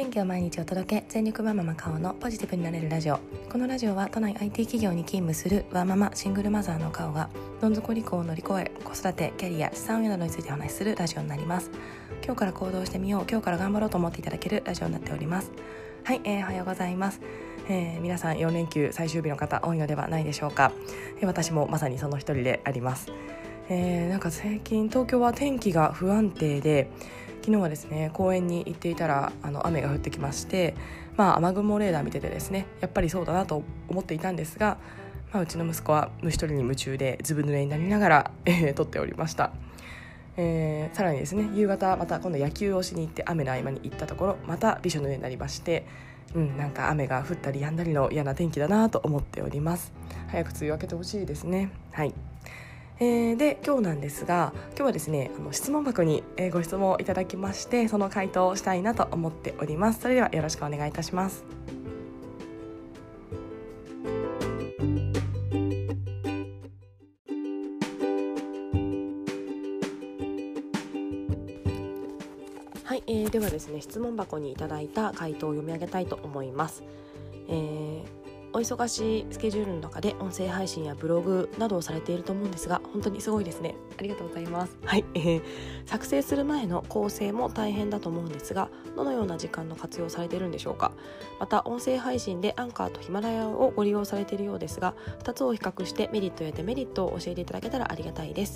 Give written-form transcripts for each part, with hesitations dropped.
元気を毎日お届け、全力マママカオのポジティブになれるラジオ。このラジオは都内 IT 企業に勤務するワーママシングルマザーのカオがどん底離婚を乗り越え、子育て、キャリア、資産運用などについてお話しするラジオになります。今日から行動してみよう、今日から頑張ろうと思っていただけるラジオになっております。はい、おはようございます。皆さん4連休最終日の方多いのではないでしょうか。私もまさにその一人であります。なんか最近東京は天気が不安定で、昨日はですね公園に行っていたら雨が降ってきまして、雨雲レーダー見ててですね、やっぱりそうだなと思っていたんですが、うちの息子は虫取りに夢中でずぶ濡れになりながら、撮っておりました。さらにですね、夕方また今度野球をしに行って雨の合間に行ったところ、またびしょ濡れになりまして、なんか雨が降ったり止んだりの嫌な天気だなと思っております。早く梅雨明けてほしいですね。はい。で今日なんですが、今日はですね質問箱にご質問をいただきまして、その回答をしたいなと思っております。それではよろしくお願いいたします。はい、ではですね、質問箱にいただいた回答を読み上げたいと思います。お忙しいスケジュールの中で音声配信やブログなどをされていると思うんですが、本当にすごいですね。ありがとうございます。はい、作成する前の構成も大変だと思うんですが、どのような時間の活用されているんでしょうか。また音声配信でアンカーとヒマラヤをご利用されているようですが、2つを比較してメリットやデメリットを教えていただけたらありがたいです。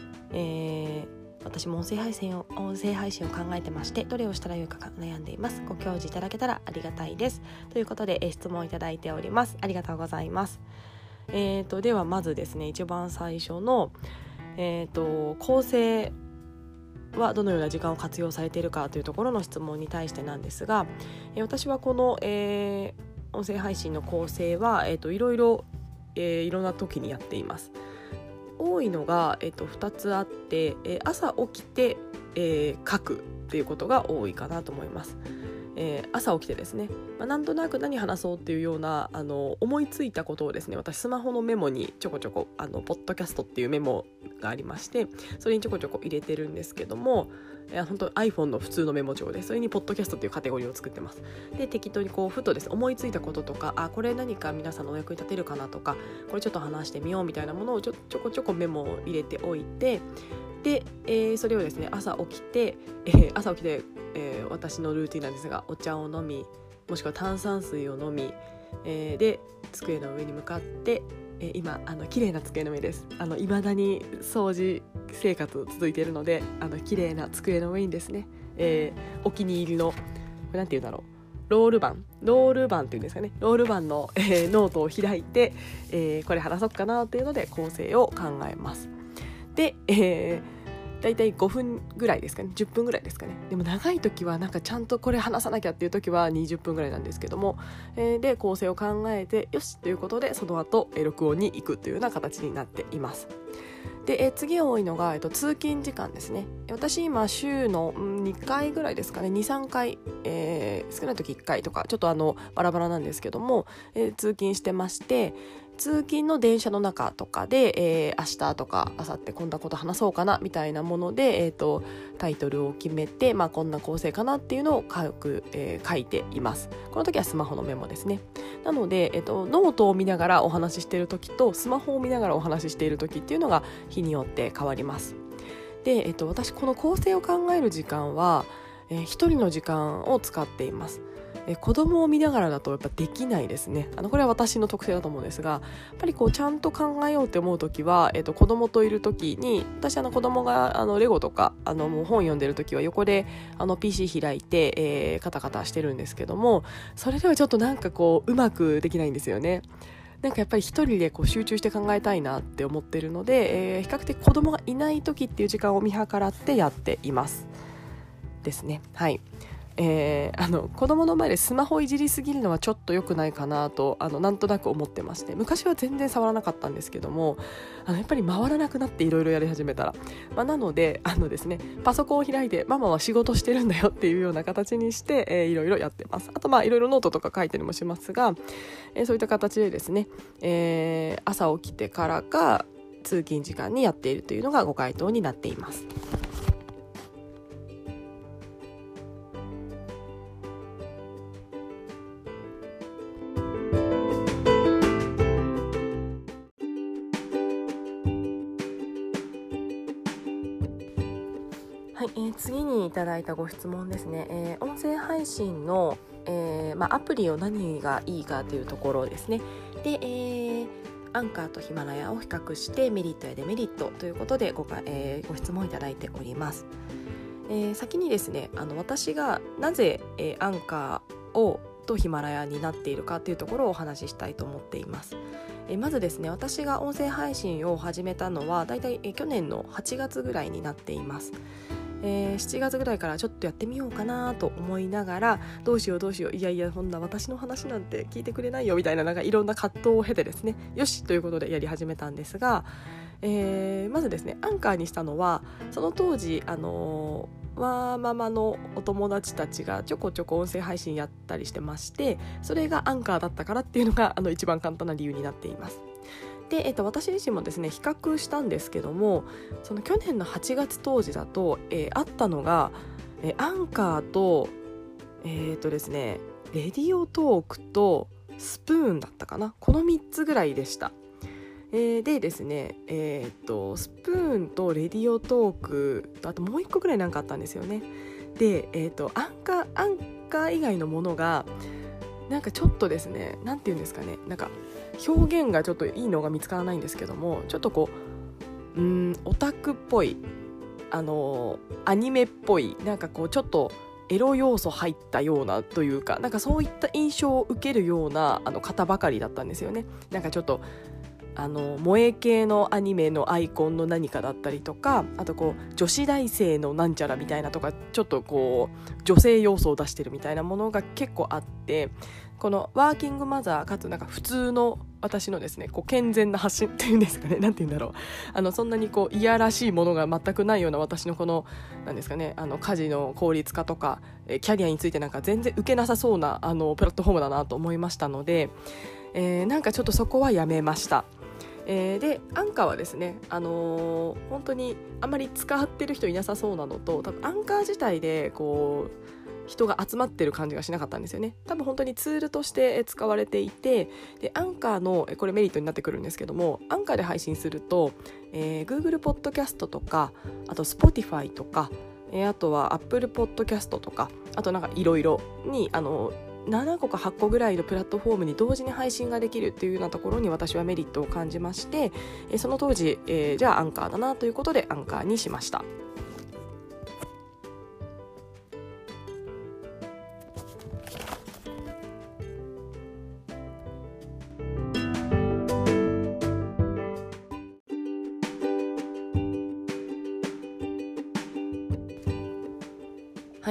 私も音声配信を考えてまして、どれをしたらよいか悩んでいます。ご教示いただけたらありがたいです。ということで、質問いただいております。ありがとうございます。ではまずですね、一番最初の、構成はどのような時間を活用されているかというところの質問に対してなんですが、私はこの、音声配信の構成は、いろんな時にやっています。多いのが、2つあって、朝起きて、書くっていうことが多いかなと思います。朝起きてですね、なんとなく何話そうっていうような思いついたことをですね、私スマホのメモにちょこちょこポッドキャストっていうメモがありまして、それにちょこちょこ入れてるんですけども、本当 iPhone の普通のメモ帳で、それにポッドキャストっていうカテゴリーを作ってます。で適当にふとですね、思いついたこととか、これ何か皆さんのお役に立てるかなとか、これちょっと話してみようみたいなものをちょこちょこメモを入れておいて、で、それをですね朝起きて、私のルーティンなんですが、お茶を飲み、もしくは炭酸水を飲み、で机の上に向かって、今綺麗な机の上です。未だに掃除生活続いているので、綺麗な机の上にですね、お気に入りのなんていうんだろう、ロール板っていうんですかね、ロール板の、ノートを開いて、これ話そうかなっていうので構成を考えます。で、だいたい5分ぐらいですかね、10分ぐらいですかね。でも長い時はなんかちゃんとこれ話さなきゃっていう時は20分ぐらいなんですけども、で構成を考えてよしということで、その後録音に行くというような形になっています。で、次多いのが、通勤時間ですね。私今週の2回ぐらいですかね、 2,3 回、少ない時1回とか、ちょっとバラバラなんですけども、通勤してまして、通勤の電車の中とかで、明日とか明後日こんなこと話そうかなみたいなもので、タイトルを決めて、こんな構成かなっていうのを書いています。この時はスマホのメモですね。なので、ノートを見ながらお話ししている時とスマホを見ながらお話ししている時っていうのが日によって変わります。で、私この構成を考える時間は、一人の時間を使っています。子供を見ながらだとやっぱできないですね。これは私の特性だと思うんですが、やっぱりちゃんと考えようって思うときは、子供といるときに、私子供がレゴとかもう本読んでるときは横でPC 開いて、カタカタしてるんですけども、それではちょっとなんかうまくできないんですよね。なんかやっぱり一人で集中して考えたいなって思ってるので、比較的子供がいないときっていう時間を見計らってやっていますですね。はい。子供の前でスマホいじりすぎるのはちょっと良くないかなとなんとなく思ってまして、昔は全然触らなかったんですけども、やっぱり回らなくなって、いろいろやり始めたら、なのでですね、パソコンを開いてママは仕事してるんだよっていうような形にして、いろいろやってます。あといろいろノートとか書いたりもしますが、そういった形でですね、朝起きてからか通勤時間にやっているというのがご回答になっています。 はい、次にいただいたご質問ですね。音声配信の、アプリを何がいいかというところですね。で、アンカーとヒマラヤを比較してメリットやデメリットということでご質問いただいております。先にですね、私がなぜ、アンカーとヒマラヤになっているかというところをお話ししたいと思っています。まずですね、私が音声配信を始めたのはだいたい去年の8月ぐらいになっています。7月ぐらいからちょっとやってみようかなと思いながら、どうしよういやこんな私の話なんて聞いてくれないよみたいな、なんかいろんな葛藤を経てですね、よしということでやり始めたんですが、まずですね、アンカーにしたのはその当時ワーママのお友達たちがちょこちょこ音声配信やったりしてまして、それがアンカーだったからっていうのが一番簡単な理由になっています。で、私自身もですね比較したんですけども、その去年の8月当時だと、あったのが、アンカーとですねレディオトークとスプーンだったかな、この3つぐらいでした。でですね、スプーンとレディオトークとあともう1個ぐらいなんかあったんですよね。で、アンカー以外のものがなんかちょっとですね、なんていうんですかね、なんか表現がちょっといいのが見つからないんですけども、ちょっとこうオタクっぽいアニメっぽい、なんかこうちょっとエロ要素入ったようなというか、なんかそういった印象を受けるような方ばかりだったんですよね。なんかちょっと萌え系のアニメのアイコンの何かだったりとか、あとこう女子大生のなんちゃらみたいなとか、ちょっとこう女性要素を出してるみたいなものが結構あって、このワーキングマザーかつなんか普通の私のですね、こう健全な発信っていうんですかね、なんていうんだろう、そんなにこういやらしいものが全くないような私のこのなんですかね、家事の効率化とかキャリアについてなんか全然受けなさそうなプラットフォームだなと思いましたので、なんかちょっとそこはやめました。でアンカーはですね、本当にあんまり使ってる人いなさそうなのと、多分アンカー自体でこう人が集まってる感じがしなかったんですよね。多分本当にツールとして使われていて、でアンカーのこれメリットになってくるんですけども、アンカーで配信すると、Google ポッドキャストとか、あと Spotify とか、あとは Apple ポッドキャストとか、あとなんかいろいろに7個か8個ぐらいのプラットフォームに同時に配信ができるっていうようなところに私はメリットを感じまして、その当時、じゃあアンカーだなということでアンカーにしました。はい、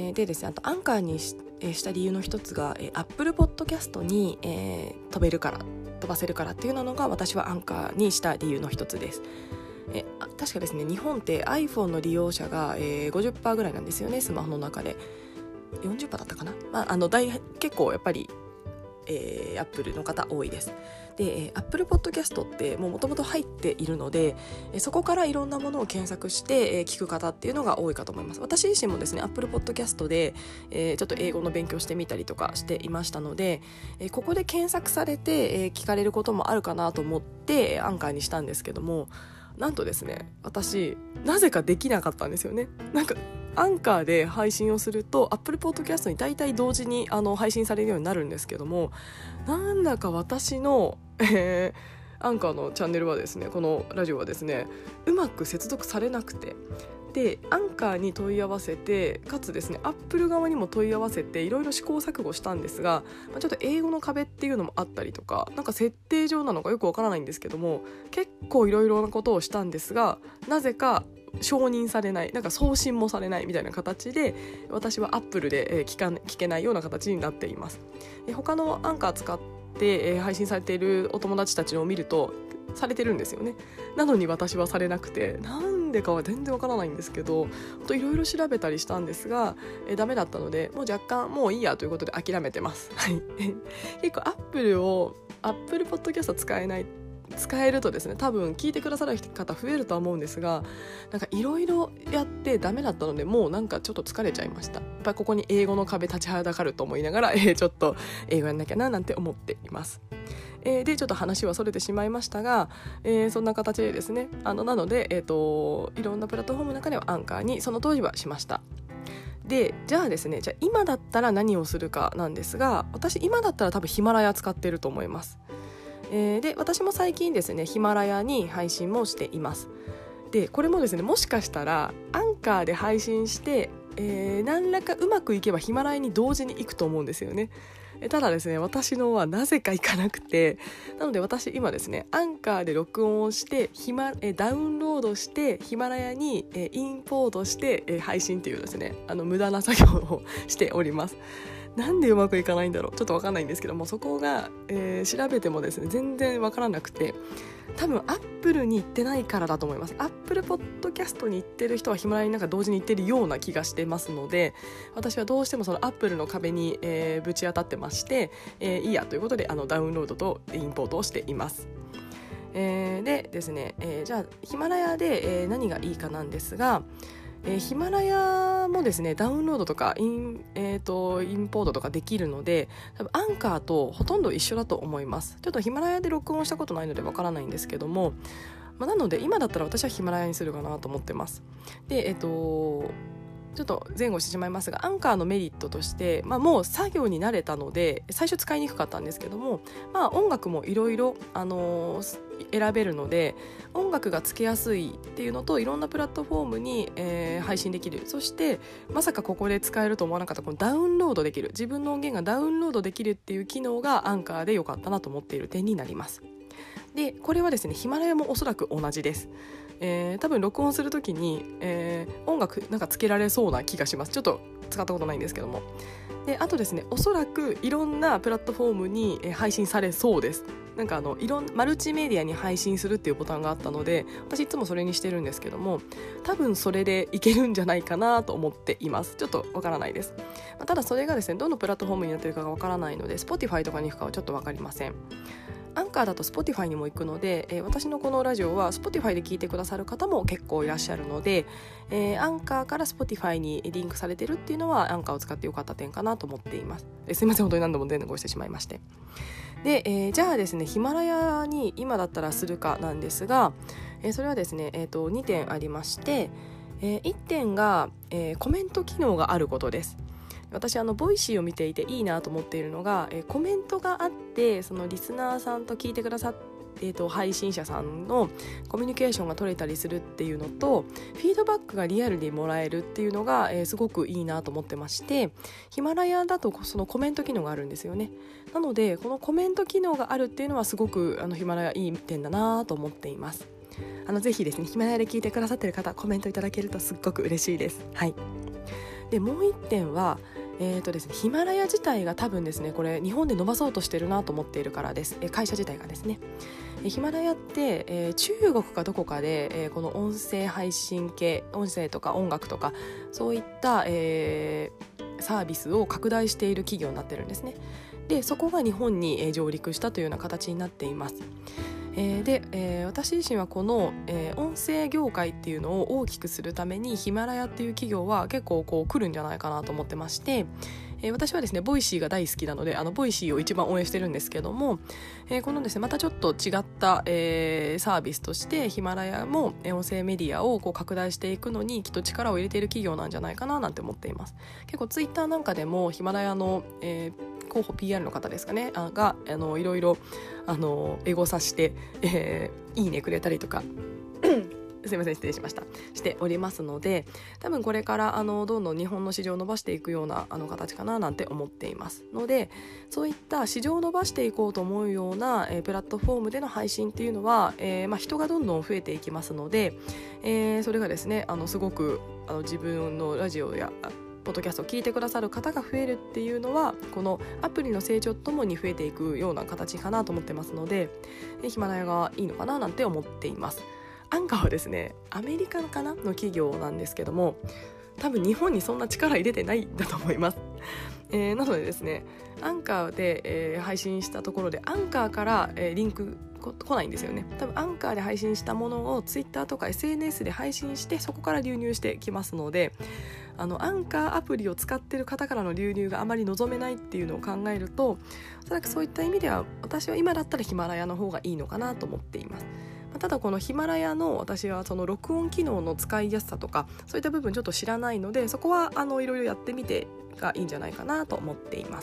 でですね、あとアンカーにした理由の一つが、Apple Podcast に、飛ばせるからっていうのが私はアンカーにした理由の一つです。確かですね、日本って iPhone の利用者が、50% ぐらいなんですよね、スマホの中で。40% だったかな、結構やっぱりApple の方多いです。で、Apple Podcast ってもともと入っているので、そこからいろんなものを検索して、聞く方っていうのが多いかと思います。私自身もですね Apple Podcast で、ちょっと英語の勉強してみたりとかしていましたので、ここで検索されて、聞かれることもあるかなと思ってアンカーにしたんですけども、なんとですね、私なぜかできなかったんですよね。なんかアンカーで配信をすると Apple Podcast に大体同時に配信されるようになるんですけども、なんだか私の、アンカーのチャンネルはですね、このラジオはですね、うまく接続されなくて、でアンカーに問い合わせて、かつですね Apple 側にも問い合わせていろいろ試行錯誤したんですが、ちょっと英語の壁っていうのもあったりとか、なんか設定上なのかよくわからないんですけども、結構いろいろなことをしたんですが、なぜか承認されない、なんか送信もされないみたいな形で、私は Apple で聞けないような形になっています。他のアンカー使って配信されているお友達たちを見るとされてるんですよね。なのに私はされなくて、なんでかは全然わからないんですけど、いろいろ調べたりしたんですが、ダメだったので、もう若干もういいやということで諦めてます。結構 Apple Podcast 使えるとですね、多分聞いてくださる方増えるとは思うんですが、なんかいろいろやってダメだったので、もうなんかちょっと疲れちゃいました。やっぱりここに英語の壁立ちはだかると思いながら、ちょっと英語やんなきゃななんて思っています。 でちょっと話はそれてしまいましたが、そんな形でですねなので、いろんなプラットフォームの中ではアンカーにその当時はしました。でじゃあですね、今だったら何をするかなんですが、私今だったら多分ヒマラヤ使ってると思います。で私も最近ですねヒマラヤに配信もしています。でこれもですね、もしかしたらアンカーで配信して、何らかうまくいけばヒマラヤに同時に行くと思うんですよね。ただですね、私のはなぜかいかなくて、なので私今ですねアンカーで録音をしてダウンロードしてヒマラヤにインポートして配信っていうですね無駄な作業をしております。なんでうまくいかないんだろう、ちょっとわかんないんですけども、そこが、調べてもですね全然わからなくて、多分アップルに行ってないからだと思います。アップルポッドキャストに行ってる人はヒマラヤになんか同時に行ってるような気がしてますので、私はどうしてもそのアップルの壁に、ぶち当たってまして、いいやということでダウンロードとインポートをしています。でですね、じゃあヒマラヤで、何がいいかなんですが、ヒマラヤもですねダウンロードとかインポートとかできるので、多分アンカーとほとんど一緒だと思います。ちょっとヒマラヤで録音したことないのでわからないんですけども、なので今だったら私はヒマラヤにするかなと思ってます。でちょっと前後してしまいますが、アンカーのメリットとして、もう作業に慣れたので最初使いにくかったんですけども、音楽もいろいろ選べるので音楽がつけやすいっていうのと、いろんなプラットフォームに、配信できる。そしてまさかここで使えると思わなかったこのダウンロードできる、自分の音源がダウンロードできるっていう機能がアンカーで良かったなと思っている点になります。でこれはですねヒマラヤもおそらく同じです。多分録音するときに、音楽なんかつけられそうな気がします。ちょっと使ったことないんですけども。であとですね、おそらくいろんなプラットフォームに配信されそうです。なんかマルチメディアに配信するっていうボタンがあったので、私いつもそれにしてるんですけども、多分それでいけるんじゃないかなと思っています。ちょっとわからないです。ただそれがですねどのプラットフォームになってるかがわからないので Spotify とかに行くかはちょっとわかりません。アンカーだと Spotify にも行くので、私のこのラジオは Spotify で聞いてくださる方も結構いらっしゃるので、アンカーから Spotify にリンクされてるっていうのはアンカーを使ってよかった点かなと思っています。すいません、本当に何度も伝言してしまいまして。で、じゃあですねヒマラヤに今だったらするかなんですが、それはですね、2点ありまして、1点が、コメント機能があることです。私ボイシーを見ていていいなと思っているのが、コメントがあって、そのリスナーさんと聞いてくださって、配信者さんのコミュニケーションが取れたりするっていうのと、フィードバックがリアルにもらえるっていうのが、すごくいいなと思ってまして、ヒマラヤだとそのコメント機能があるんですよね。なのでこのコメント機能があるっていうのはすごくヒマラヤいい点だなと思っています。ぜひですねヒマラヤで聞いてくださっている方、コメントいただけるとすっごく嬉しいです。はい。でもう一点はですね、ヒマラヤ自体が多分ですねこれ日本で伸ばそうとしてるなと思っているからです。会社自体がですね、ヒマラヤって、中国かどこかで、この音声配信系、音声とか音楽とかそういった、サービスを拡大している企業になってるんですね。でそこが日本に、上陸したというような形になっています。で、私自身はこの、音声業界っていうのを大きくするためにヒマラヤっていう企業は結構こう来るんじゃないかなと思ってまして、私はですねボイシーが大好きなのでボイシーを一番応援してるんですけども、このですねまたちょっと違った、サービスとしてヒマラヤも音声メディアをこう拡大していくのにきっと力を入れている企業なんじゃないかななんて思っています。結構ツイッターなんかでもヒマラヤの、候補 PR の方ですかねがいろいろエゴサして、いいねくれたりとかすいません失礼しましたしておりますので、多分これからどんどん日本の市場を伸ばしていくような形かななんて思っていますので、そういった市場を伸ばしていこうと思うような、プラットフォームでの配信っていうのは、人がどんどん増えていきますので、それがですねすごく自分のラジオやポッドキャストを聞いてくださる方が増えるっていうのはこのアプリの成長ともに増えていくような形かなと思ってますので、ヒマラヤがいいのかななんて思っています。アンカーはですねアメリカかなの企業なんですけども、多分日本にそんな力入れてないんだと思います。 なのでですね、アンカーで、配信したところでアンカーから、リンク来ないんですよね。多分アンカーで配信したものをツイッターとか SNS で配信して、そこから流入してきますので、アンカーアプリを使っている方からの流入があまり望めないっていうのを考えると、おそらくそういった意味では私は今だったらヒマラヤの方がいいのかなと思っています。ただこのヒマラヤの私はその録音機能の使いやすさとかそういった部分ちょっと知らないので、そこはいろいろやってみてがいいんじゃないかなと思っています。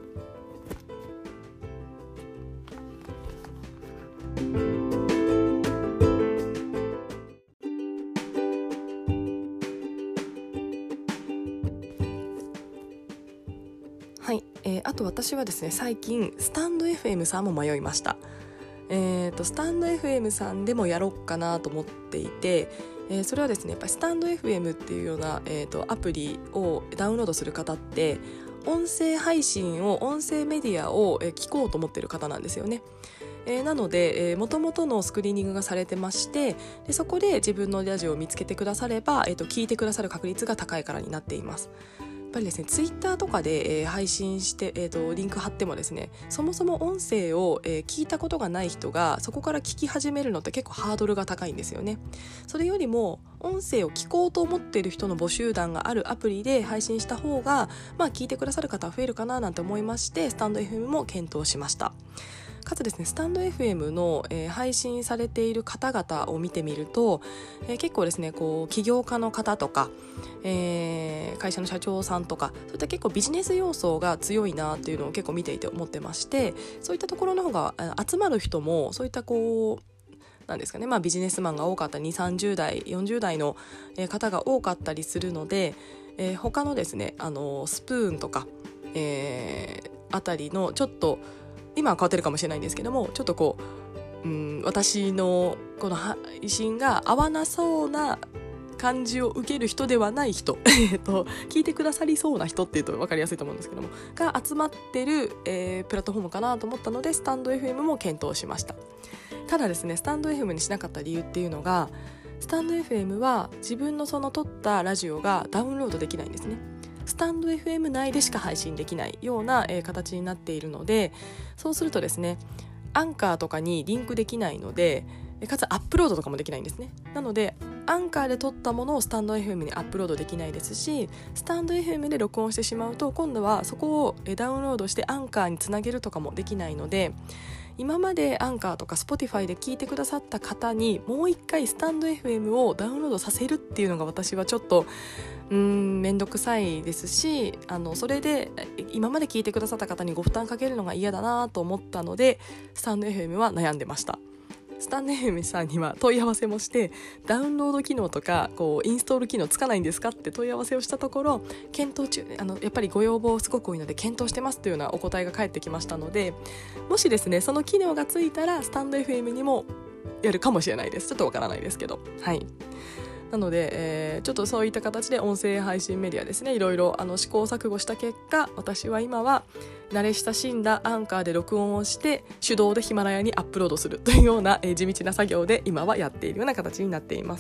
はい、あと私はですね、最近スタンド FM さんも迷いました。スタンド FM さんでもやろうかなと思っていて、それはですね、やっぱりスタンド FM っていうような、アプリをダウンロードする方って音声配信を音声メディアを聞こうと思っている方なんですよね。なので元々のスクリーニングがされてまして、でそこで自分のラジオを見つけてくだされば、聞いてくださる確率が高いからになっています。やっぱりですね、ツイッターとかで、配信して、リンク貼ってもですね、そもそも音声を、聞いたことがない人がそこから聞き始めるのって結構ハードルが高いんですよね。それよりも音声を聞こうと思っている人の募集団があるアプリで配信した方が、聞いてくださる方は増えるかななんて思いまして、スタンド FM も検討しました。かつですね、スタンド FM の、配信されている方々を見てみると、結構ですね、こう起業家の方とか、会社の社長さんとか、そういった結構ビジネス要素が強いなっていうのを結構見ていて思ってまして、そういったところの方が集まる人もそういったこうなんですかね、ビジネスマンが多かった2、30代、40代の方が多かったりするので、他のですね、スプーンとか、あたりのちょっと今は変わってるかもしれないんですけども、ちょっとこう、私のこの配信が合わなそうな感じを受ける人ではない人聞いてくださりそうな人っていうと分かりやすいと思うんですけども、が集まってる、プラットフォームかなと思ったので、スタンド FM も検討しました。ただですね、スタンド FM にしなかった理由っていうのが、スタンド FM は自分のその撮ったラジオがダウンロードできないんですね。スタンド FM 内でしか配信できないような、形になっているので、そうするとですね、アンカーとかにリンクできないので、かつアップロードとかもできないんですね。なのでアンカーで撮ったものをスタンド FM にアップロードできないですし、スタンド FM で録音してしまうと今度はそこをダウンロードしてアンカーにつなげるとかもできないので、今までアンカーとか Spotify で聞いてくださった方にもう一回スタンド FM をダウンロードさせるっていうのが私はちょっとめんどくさいですし、それで今まで聞いてくださった方にご負担かけるのが嫌だなと思ったので、スタンド FM は悩んでました。スタンド FM さんには問い合わせもして、ダウンロード機能とかこうインストール機能つかないんですかって問い合わせをしたところ、検討中、やっぱりご要望すごく多いので検討してますというようなお答えが返ってきましたので、もしですねその機能がついたらスタンド FM にもやるかもしれないです。ちょっとわからないですけど、はい。なので、ちょっとそういった形で音声配信メディアですね、いろいろ試行錯誤した結果、私は今は慣れ親しんだアンカーで録音をして手動でヒマラヤにアップロードするというような、地道な作業で今はやっているような形になっています。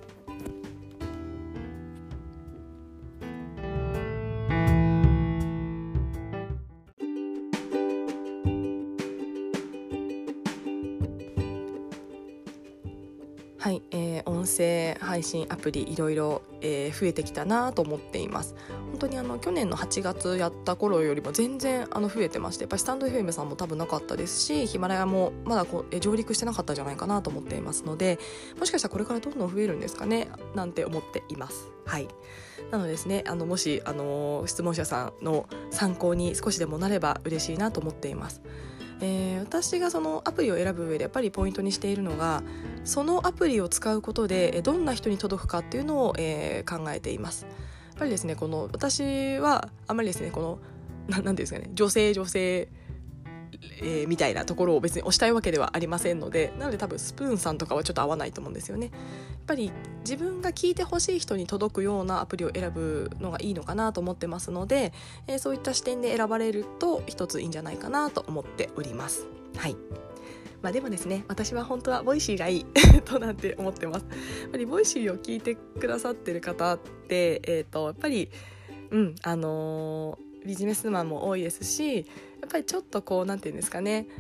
はい、音声配信アプリいろいろ増えてきたなと思っています。本当に去年の8月やった頃よりも全然増えてまして、やっぱりスタンド FM さんも多分なかったですし、ヒマラヤもまだ上陸してなかったんじゃないかなと思っていますので、もしかしたらこれからどんどん増えるんですかねなんて思っています。はい。なのでですね、もし質問者さんの参考に少しでもなれば嬉しいなと思っています。私がそのアプリを選ぶ上でやっぱりポイントにしているのが、そのアプリを使うことでどんな人に届くかっていうのを、考えています。やっぱりですね、この私はあまりですね、このなんていうんですかね、女性みたいなところを別に推したいわけではありませんので、なので多分スプーンさんとかはちょっと合わないと思うんですよね。やっぱり自分が聞いてほしい人に届くようなアプリを選ぶのがいいのかなと思ってますので、そういった視点で選ばれると一ついいんじゃないかなと思っております。はい。でもですね、私は本当はボイシーがいいとなんて思ってます。やっぱりボイシーを聞いてくださってる方って、やっぱりビジネスマンも多いですし、やっぱりちょっとこうなんていうんですかね、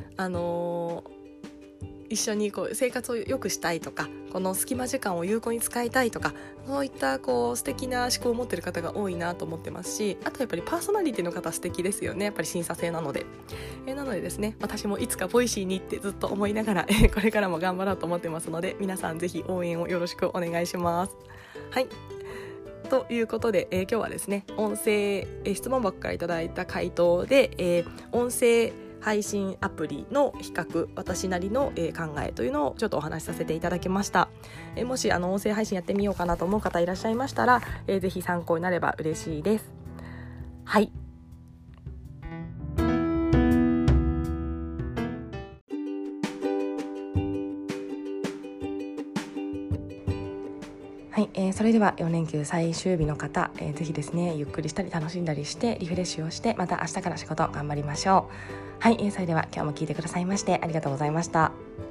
一緒にこう生活を良くしたいとか、この隙間時間を有効に使いたいとか、そういったこう素敵な思考を持っている方が多いなと思ってますし、あとやっぱりパーソナリティの方素敵ですよね。やっぱり審査制なので、なのでですね、私もいつかボイシーにってずっと思いながらこれからも頑張ろうと思ってますので、皆さんぜひ応援をよろしくお願いします。はい、ということで、今日はですね、音声、質問箱からいただいた回答で、音声配信アプリの比較、私なりの、考えというのをちょっとお話しさせていただきました。もし音声配信やってみようかなと思う方いらっしゃいましたら、ぜひ参考になれば嬉しいです。はい、はい、それでは4連休最終日の方、ぜひですね、ゆっくりしたり楽しんだりしてリフレッシュをして、また明日から仕事頑張りましょう。はい、それでは今日も聞いてくださいましてありがとうございました。